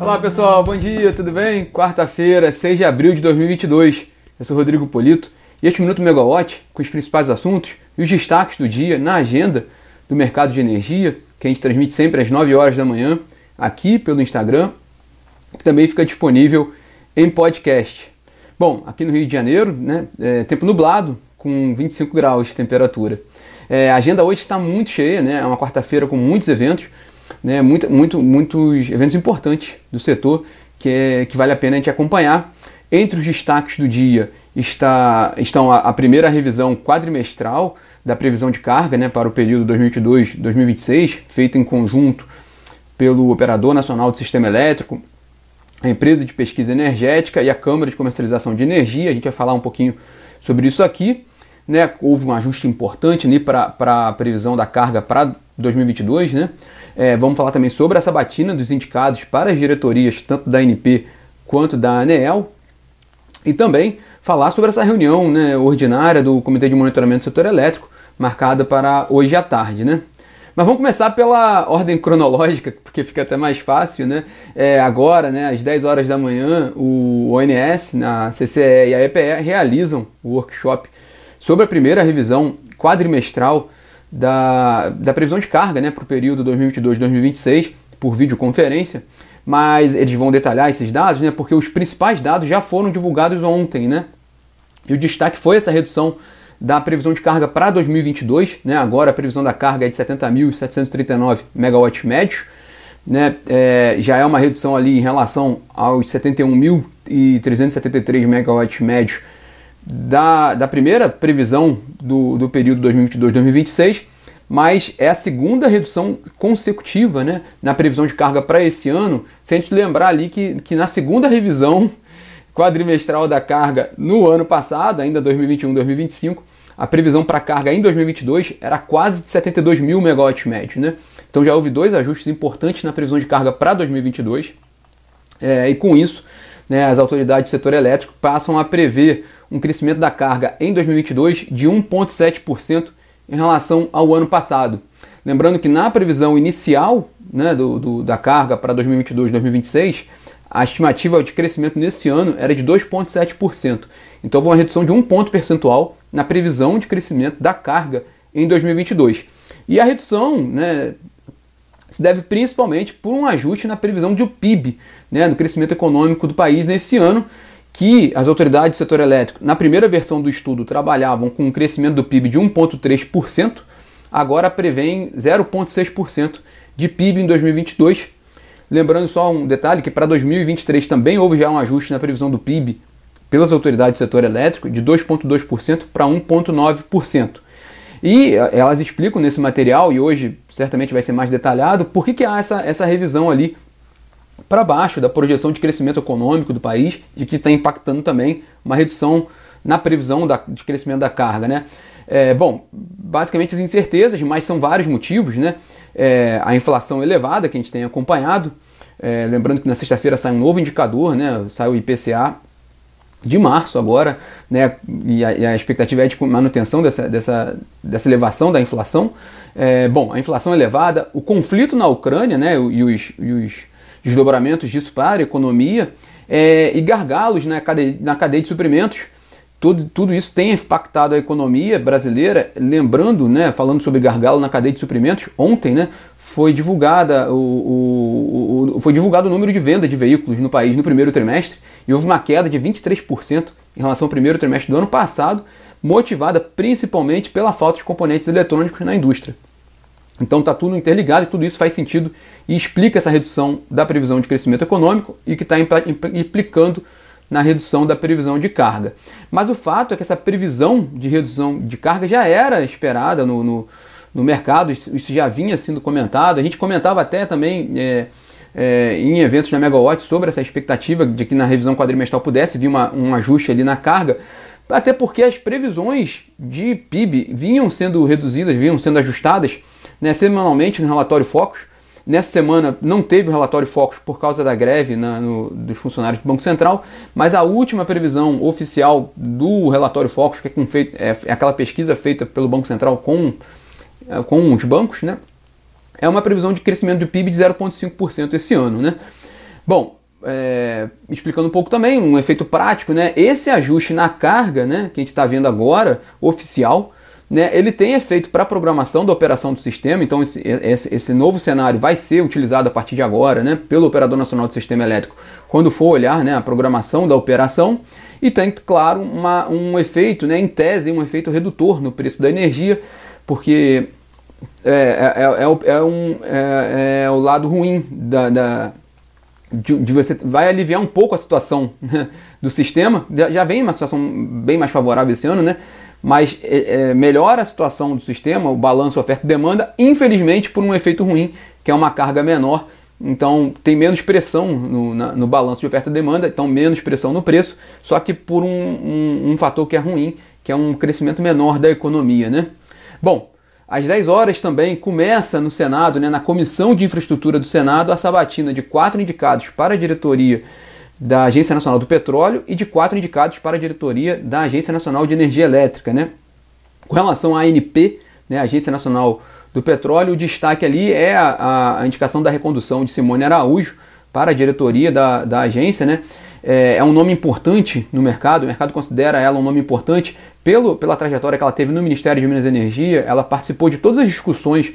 Olá pessoal, bom dia, tudo bem? Quarta-feira, 6 de abril de 2022. Eu sou Rodrigo Polito e este Minuto Megawatt com os principais assuntos e os destaques do dia na agenda do mercado de energia, que a gente transmite sempre às 9 horas da manhã aqui pelo Instagram, que também fica disponível em podcast. Bom, aqui no Rio de Janeiro, né, tempo nublado com 25 graus de temperatura. A agenda hoje está muito cheia, né, é uma quarta-feira com muitos eventos, né, muitos eventos importantes do setor que vale a pena a gente acompanhar. Entre os destaques do dia estão a primeira revisão quadrimestral da previsão de carga, né, para o período 2022-2026, feita em conjunto pelo Operador Nacional do Sistema Elétrico, a Empresa de Pesquisa Energética e a Câmara de Comercialização de Energia. A gente vai falar um pouquinho sobre isso aqui. Né? Houve um ajuste importante, né, para a previsão da carga para 2022, né? Vamos falar também sobre essa sabatina dos indicados para as diretorias, tanto da ANP quanto da ANEEL, e também falar sobre essa reunião, né, ordinária do Comitê de Monitoramento do Setor Elétrico, marcada para hoje à tarde. Né? Mas vamos começar pela ordem cronológica, porque fica até mais fácil. Né? Agora, né, às 10 horas da manhã, o ONS, a CCE e a EPE realizam o workshop sobre a primeira revisão quadrimestral da previsão de carga, né, para o período 2022-2026, por videoconferência, mas eles vão detalhar esses dados, né, porque os principais dados já foram divulgados ontem, né, e o destaque foi essa redução da previsão de carga para 2022, né, agora a previsão da carga é de 70.739 megawatts médios, né, já é uma redução ali em relação aos 71.373 megawatts médios da primeira previsão do período 2022-2026, mas é a segunda redução consecutiva, né, na previsão de carga para esse ano, se a gente lembrar ali que na segunda revisão quadrimestral da carga no ano passado, ainda 2021-2025, a previsão para carga em 2022 era quase de 72 mil megawatts médios, né? Então já houve dois ajustes importantes na previsão de carga para 2022, e com isso, né, as autoridades do setor elétrico passam a prever um crescimento da carga em 2022 de 1,7% em relação ao ano passado. Lembrando que na previsão inicial, né, da carga para 2022-2026, a estimativa de crescimento nesse ano era de 2,7%. Então houve uma redução de 1 ponto percentual na previsão de crescimento da carga em 2022. E a redução, né, se deve principalmente por um ajuste na previsão do PIB, né, do crescimento econômico do país nesse ano, que as autoridades do setor elétrico, na primeira versão do estudo, trabalhavam com um crescimento do PIB de 1,3%, agora prevêem 0,6% de PIB em 2022. Lembrando só um detalhe, que para 2023 também houve já um ajuste na previsão do PIB pelas autoridades do setor elétrico, de 2,2% para 1,9%. E elas explicam nesse material, e hoje certamente vai ser mais detalhado, por que há essa revisão ali para baixo da projeção de crescimento econômico do país, e que está impactando também uma redução na previsão de crescimento da carga. Né? Bom, basicamente as incertezas, mas são vários motivos, né? A inflação elevada que a gente tem acompanhado, lembrando que na sexta-feira sai um novo indicador, né? Sai o IPCA de março agora, né? E a expectativa é de manutenção dessa elevação da inflação. Bom, a inflação elevada, o conflito na Ucrânia, né? E os desdobramentos disso para a economia, e gargalos na cadeia de suprimentos. Tudo isso tem impactado a economia brasileira. Lembrando, né, falando sobre gargalo na cadeia de suprimentos, ontem, né, foi divulgado o número de vendas de veículos no país no primeiro trimestre, e houve uma queda de 23% em relação ao primeiro trimestre do ano passado, motivada principalmente pela falta de componentes eletrônicos na indústria. Então está tudo interligado e tudo isso faz sentido e explica essa redução da previsão de crescimento econômico e que está implicando na redução da previsão de carga. Mas o fato é que essa previsão de redução de carga já era esperada no mercado, isso já vinha sendo comentado. A gente comentava até também em eventos na Megawatt sobre essa expectativa de que na revisão quadrimestral pudesse vir um ajuste ali na carga, até porque as previsões de PIB vinham sendo reduzidas, vinham sendo ajustadas, né, semanalmente no relatório Focus. Nessa semana não teve o relatório Focus por causa da greve dos funcionários do Banco Central, mas a última previsão oficial do relatório Focus, que é aquela pesquisa feita pelo Banco Central com os bancos, né, é uma previsão de crescimento do PIB de 0,5% esse ano. Né? Bom, explicando um pouco também, um efeito prático, né? Esse ajuste na carga, né, que a gente está vendo agora, oficial, né, ele tem efeito para a programação da operação do sistema. Então esse novo cenário vai ser utilizado a partir de agora, né, pelo Operador Nacional do Sistema Elétrico quando for olhar, né, a programação da operação. E tem, claro, um efeito, né, em tese, um efeito redutor no preço da energia, porque é o lado ruim de você vai aliviar um pouco a situação, né, do sistema. Já vem uma situação bem mais favorável esse ano, né? Mas melhora a situação do sistema, o balanço oferta e demanda, infelizmente por um efeito ruim, que é uma carga menor. Então tem menos pressão no balanço de oferta e demanda, então menos pressão no preço, só que por um fator que é ruim, que é um crescimento menor da economia, né? Bom, às 10 horas também começa no Senado, né, na Comissão de Infraestrutura do Senado, a sabatina de 4 indicados para a diretoria da Agência Nacional do Petróleo e de 4 indicados para a diretoria da Agência Nacional de Energia Elétrica, né? Com relação à ANP, né, Agência Nacional do Petróleo, o destaque ali é a indicação da recondução de Simone Araújo para a diretoria da agência, né? É um nome importante no mercado, o mercado considera ela um nome importante pela trajetória que ela teve no Ministério de Minas e Energia. Ela participou de todas as discussões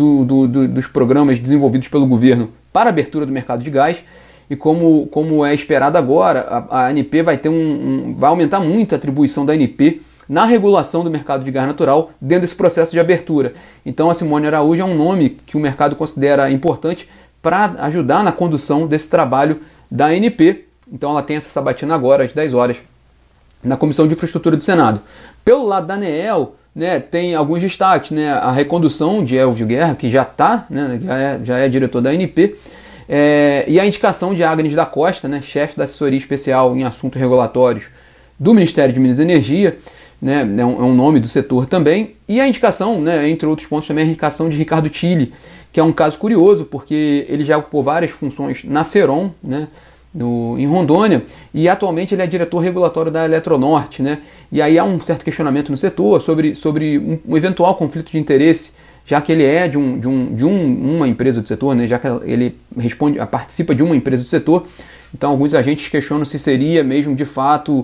dos programas desenvolvidos pelo governo para a abertura do mercado de gás, e como é esperado agora, a ANP vai aumentar muito a atribuição da ANP na regulação do mercado de gás natural dentro desse processo de abertura. Então a Simone Araújo é um nome que o mercado considera importante para ajudar na condução desse trabalho da ANP. Então ela tem essa sabatina agora, às 10 horas, na Comissão de Infraestrutura do Senado. Pelo lado da ANEEL, né, tem alguns destaques, né? A recondução de Elvio Guerra, que já está, né, já é diretor da ANP, e a indicação de Agnes da Costa, né, chefe da assessoria especial em assuntos regulatórios do Ministério de Minas e Energia, né, é um nome do setor também, e a indicação, né, entre outros pontos também, a indicação de Ricardo Tille, que é um caso curioso, porque ele já ocupou várias funções na Ceron, né, em Rondônia, e atualmente ele é diretor regulatório da Eletronorte, né, e aí há um certo questionamento no setor sobre um eventual conflito de interesse, já que ele é de uma empresa do setor, né, já que ele participa de uma empresa do setor. Então alguns agentes questionam se seria mesmo de fato,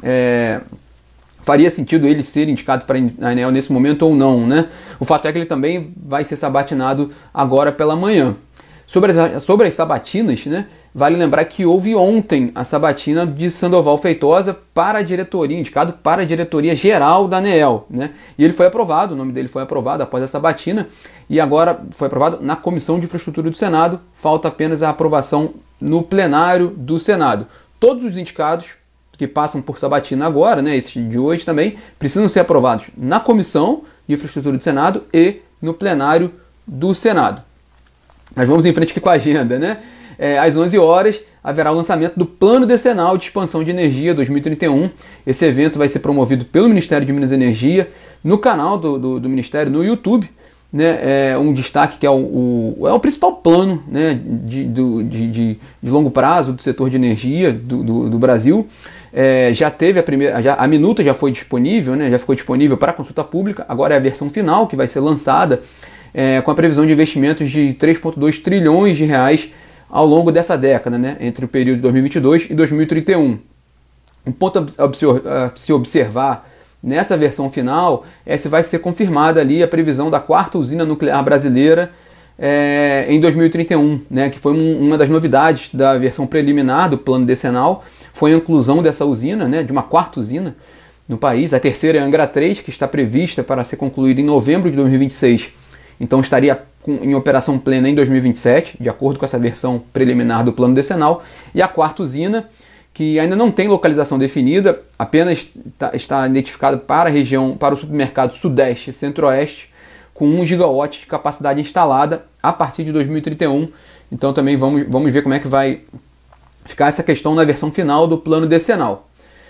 faria sentido ele ser indicado para a ANEEL nesse momento ou não, né? O fato é que ele também vai ser sabatinado agora pela manhã. Sobre as sabatinas, né, vale lembrar que houve ontem a sabatina de Sandoval Feitosa para a diretoria, indicado para a diretoria geral da ANEEL, né? E ele foi aprovado, o nome dele foi aprovado após a sabatina, e agora foi aprovado na Comissão de Infraestrutura do Senado. Falta apenas a aprovação no plenário do Senado. Todos os indicados que passam por sabatina agora, né, esse de hoje também, precisam ser aprovados na Comissão de Infraestrutura do Senado e no plenário do Senado. Mas vamos em frente aqui com a agenda, né? Às 11 horas haverá o lançamento do Plano Decenal de Expansão de Energia 2031. Esse evento vai ser promovido pelo Ministério de Minas e Energia no canal do Ministério, no YouTube, né? Um destaque que é o principal plano, né, de longo prazo do setor de energia do Brasil. Já teve a minuta já foi disponível, né? Já ficou disponível para consulta pública. Agora é a versão final que vai ser lançada, com a previsão de investimentos de 3,2 trilhões de reais ao longo dessa década, né, entre o período de 2022 e 2031. Um ponto a se observar nessa versão final é se vai ser confirmada ali a previsão da 4ª usina nuclear brasileira em 2031, né, que foi uma das novidades da versão preliminar do plano decenal, foi a inclusão dessa usina, né, de uma 4ª usina no país. A terceira é a Angra 3, que está prevista para ser concluída em novembro de 2026. Então estaria em operação plena em 2027, de acordo com essa versão preliminar do plano decenal. E a 4ª usina, que ainda não tem localização definida, apenas está identificada para a região, para o submercado Sudeste e Centro-Oeste, com 1 gigawatt de capacidade instalada a partir de 2031. Então também vamos ver como é que vai ficar essa questão na versão final do plano decenal.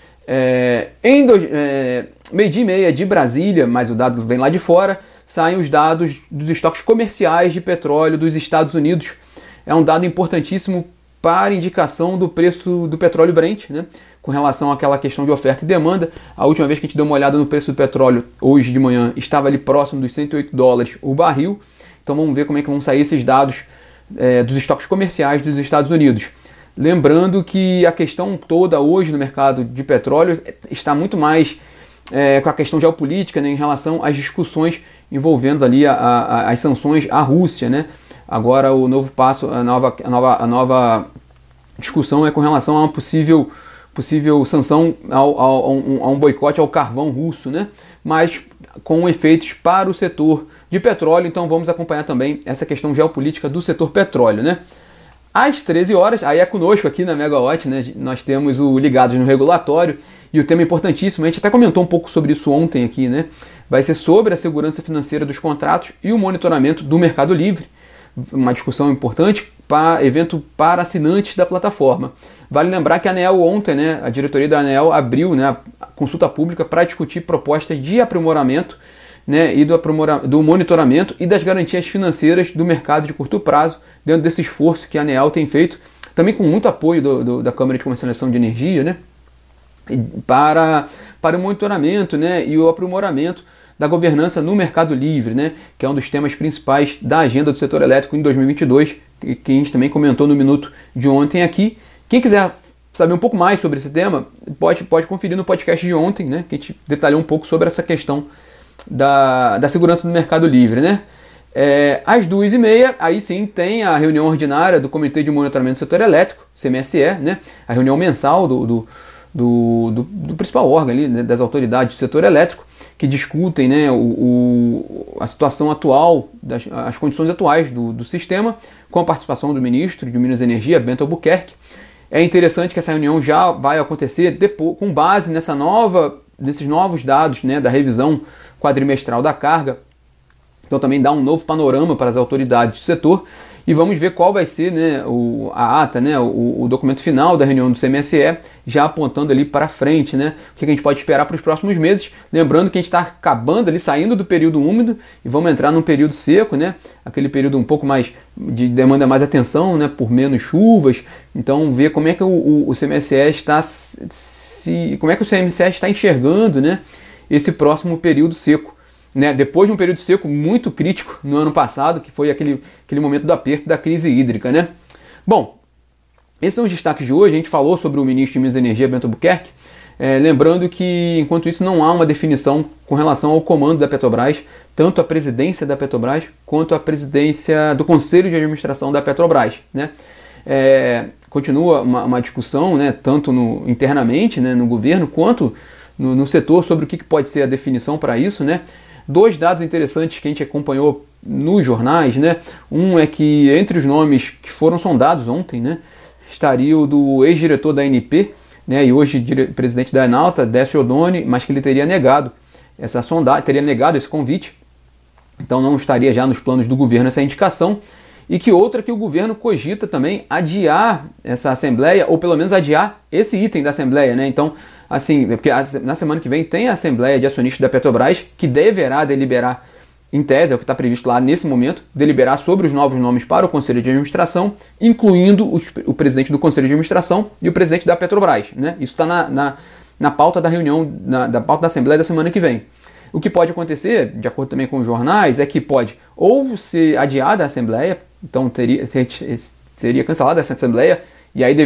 Meio-dia e meia de Brasília, mas o dado vem lá de fora, saem os dados dos estoques comerciais de petróleo dos Estados Unidos. É um dado importantíssimo para indicação do preço do petróleo Brent, né, com relação àquela questão de oferta e demanda. A última vez que a gente deu uma olhada no preço do petróleo, hoje de manhã, estava ali próximo dos $108 o barril. Então vamos ver como é que vão sair esses dados dos estoques comerciais dos Estados Unidos. Lembrando que a questão toda hoje no mercado de petróleo está muito mais com a questão geopolítica, né, em relação às discussões envolvendo ali as sanções à Rússia, né? Agora o novo passo, a nova discussão é com relação a uma possível sanção a um boicote ao carvão russo, né? Mas com efeitos para o setor de petróleo, então vamos acompanhar também essa questão geopolítica do setor petróleo, né? Às 13 horas, aí é conosco aqui na Megawatt, né? Nós temos o Ligados no Regulatório e o tema importantíssimo, a gente até comentou um pouco sobre isso ontem aqui, né? Vai ser sobre a segurança financeira dos contratos e o monitoramento do Mercado Livre. Uma discussão importante evento para assinantes da plataforma. Vale lembrar que a ANEEL ontem, né, a diretoria da ANEEL abriu, né, a consulta pública para discutir propostas de aprimoramento, né, e do monitoramento e das garantias financeiras do mercado de curto prazo, dentro desse esforço que a ANEEL tem feito, também com muito apoio da Câmara de Comercialização de Energia, né, para o monitoramento, né, e o aprimoramento da governança no Mercado Livre, né, que é um dos temas principais da agenda do setor elétrico em 2022, que a gente também comentou no minuto de ontem aqui. Quem quiser saber um pouco mais sobre esse tema, pode conferir no podcast de ontem, né, que a gente detalhou um pouco sobre essa questão da segurança do Mercado Livre, né. Às 2h30, aí sim, tem a reunião ordinária do Comitê de Monitoramento do Setor Elétrico, CMSE, né, a reunião mensal do principal órgão ali, né, das autoridades do setor elétrico, que discutem, né, a situação atual, as condições atuais do sistema, com a participação do ministro de Minas e Energia, Bento Albuquerque. É interessante que essa reunião já vai acontecer depois, com base nesses novos dados, né, da revisão quadrimestral da carga. Então também dá um novo panorama para as autoridades do setor. E vamos ver qual vai ser, né, a ata, né, o documento final da reunião do CMSE, já apontando ali para frente, né, o que a gente pode esperar para os próximos meses. Lembrando que a gente está acabando ali, saindo do período úmido e vamos entrar num período seco, né, aquele período um pouco mais de demanda mais atenção, né, por menos chuvas. Então ver como é que o CMSE está enxergando, né, esse próximo período seco. Né, depois de um período seco muito crítico no ano passado, que foi aquele momento do aperto da crise hídrica, né? Bom, esses são os destaques de hoje. A gente falou sobre o ministro de Minas e Energia, Bento Albuquerque, lembrando que, enquanto isso, não há uma definição com relação ao comando da Petrobras, tanto a presidência da Petrobras quanto a presidência do Conselho de Administração da Petrobras, né? Continua uma discussão, né, tanto internamente, né, no governo, quanto no setor, sobre o que pode ser a definição para isso, né? Dois dados interessantes que a gente acompanhou nos jornais, né? Um é que entre os nomes que foram sondados ontem, né, estaria o do ex-diretor da ANP, né, e hoje presidente da Enalta, Décio Oddone, mas que ele teria negado essa sondagem, teria negado esse convite, então não estaria já nos planos do governo essa indicação. E que outra que o governo cogita também adiar essa assembleia, ou pelo menos adiar esse item da assembleia, né? Então, assim, porque na semana que vem tem a assembleia de acionistas da Petrobras, que deverá deliberar, em tese, é o que está previsto lá nesse momento, deliberar sobre os novos nomes para o Conselho de Administração, incluindo o presidente do Conselho de Administração e o presidente da Petrobras, né? Isso está na pauta da reunião, da pauta da assembleia da semana que vem. O que pode acontecer, de acordo também com os jornais, é que pode ou ser adiada a assembleia, então seria cancelada essa assembleia, e aí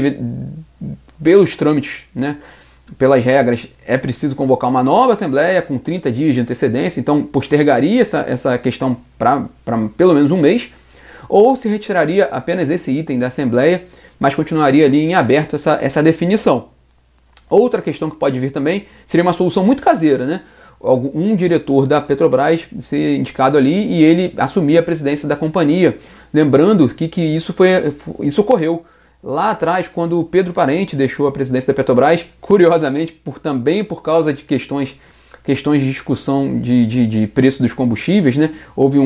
pelos trâmites, né, pelas regras, é preciso convocar uma nova assembleia com 30 dias de antecedência, então postergaria essa questão para pelo menos um mês, ou se retiraria apenas esse item da assembleia, mas continuaria ali em aberto essa definição. Outra questão que pode vir também seria uma solução muito caseira, né? Um diretor da Petrobras ser indicado ali e ele assumir a presidência da companhia. Lembrando que isso ocorreu lá atrás, quando o Pedro Parente deixou a presidência da Petrobras, curiosamente, também por causa de questões de discussão de preço dos combustíveis, né? Houve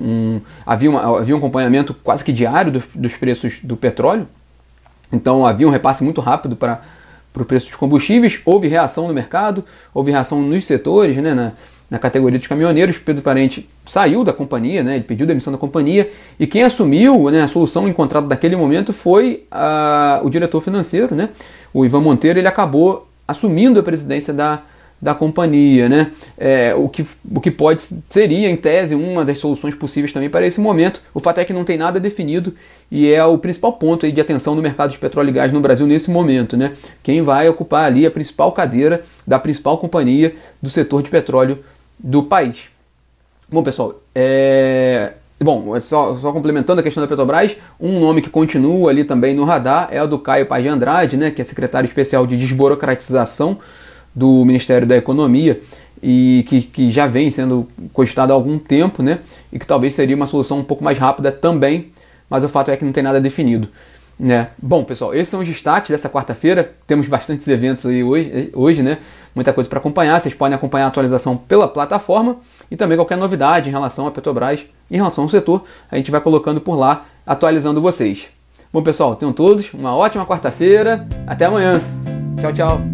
havia um acompanhamento quase que diário dos preços do petróleo, então havia um repasse muito rápido para o preço dos combustíveis. Houve reação no mercado, houve reação nos setores, né, na categoria dos caminhoneiros. Pedro Parente saiu da companhia, né, ele pediu demissão da companhia, e quem assumiu, né, a solução encontrada naquele momento foi o diretor financeiro, né, o Ivan Monteiro. Ele acabou assumindo a presidência da da companhia, né? O que seria, em tese, uma das soluções possíveis também para esse momento. O fato é que não tem nada definido e é o principal ponto aí de atenção no mercado de petróleo e gás no Brasil nesse momento, né? Quem vai ocupar ali a principal cadeira da principal companhia do setor de petróleo do país. Bom, pessoal, só complementando a questão da Petrobras, um nome que continua ali também no radar é o do Caio Paz de Andrade, né, que é secretário especial de desburocratização do Ministério da Economia e que já vem sendo cogitado há algum tempo, né, e que talvez seria uma solução um pouco mais rápida também, mas o fato é que não tem nada definido, né. Bom, pessoal, esses são os destaques dessa quarta-feira. Temos bastantes eventos aí hoje, né, muita coisa para acompanhar. Vocês podem acompanhar a atualização pela plataforma e também qualquer novidade em relação à Petrobras, em relação ao setor, a gente vai colocando por lá, atualizando vocês. Bom, pessoal, tenham todos uma ótima quarta-feira. Até amanhã. Tchau, tchau.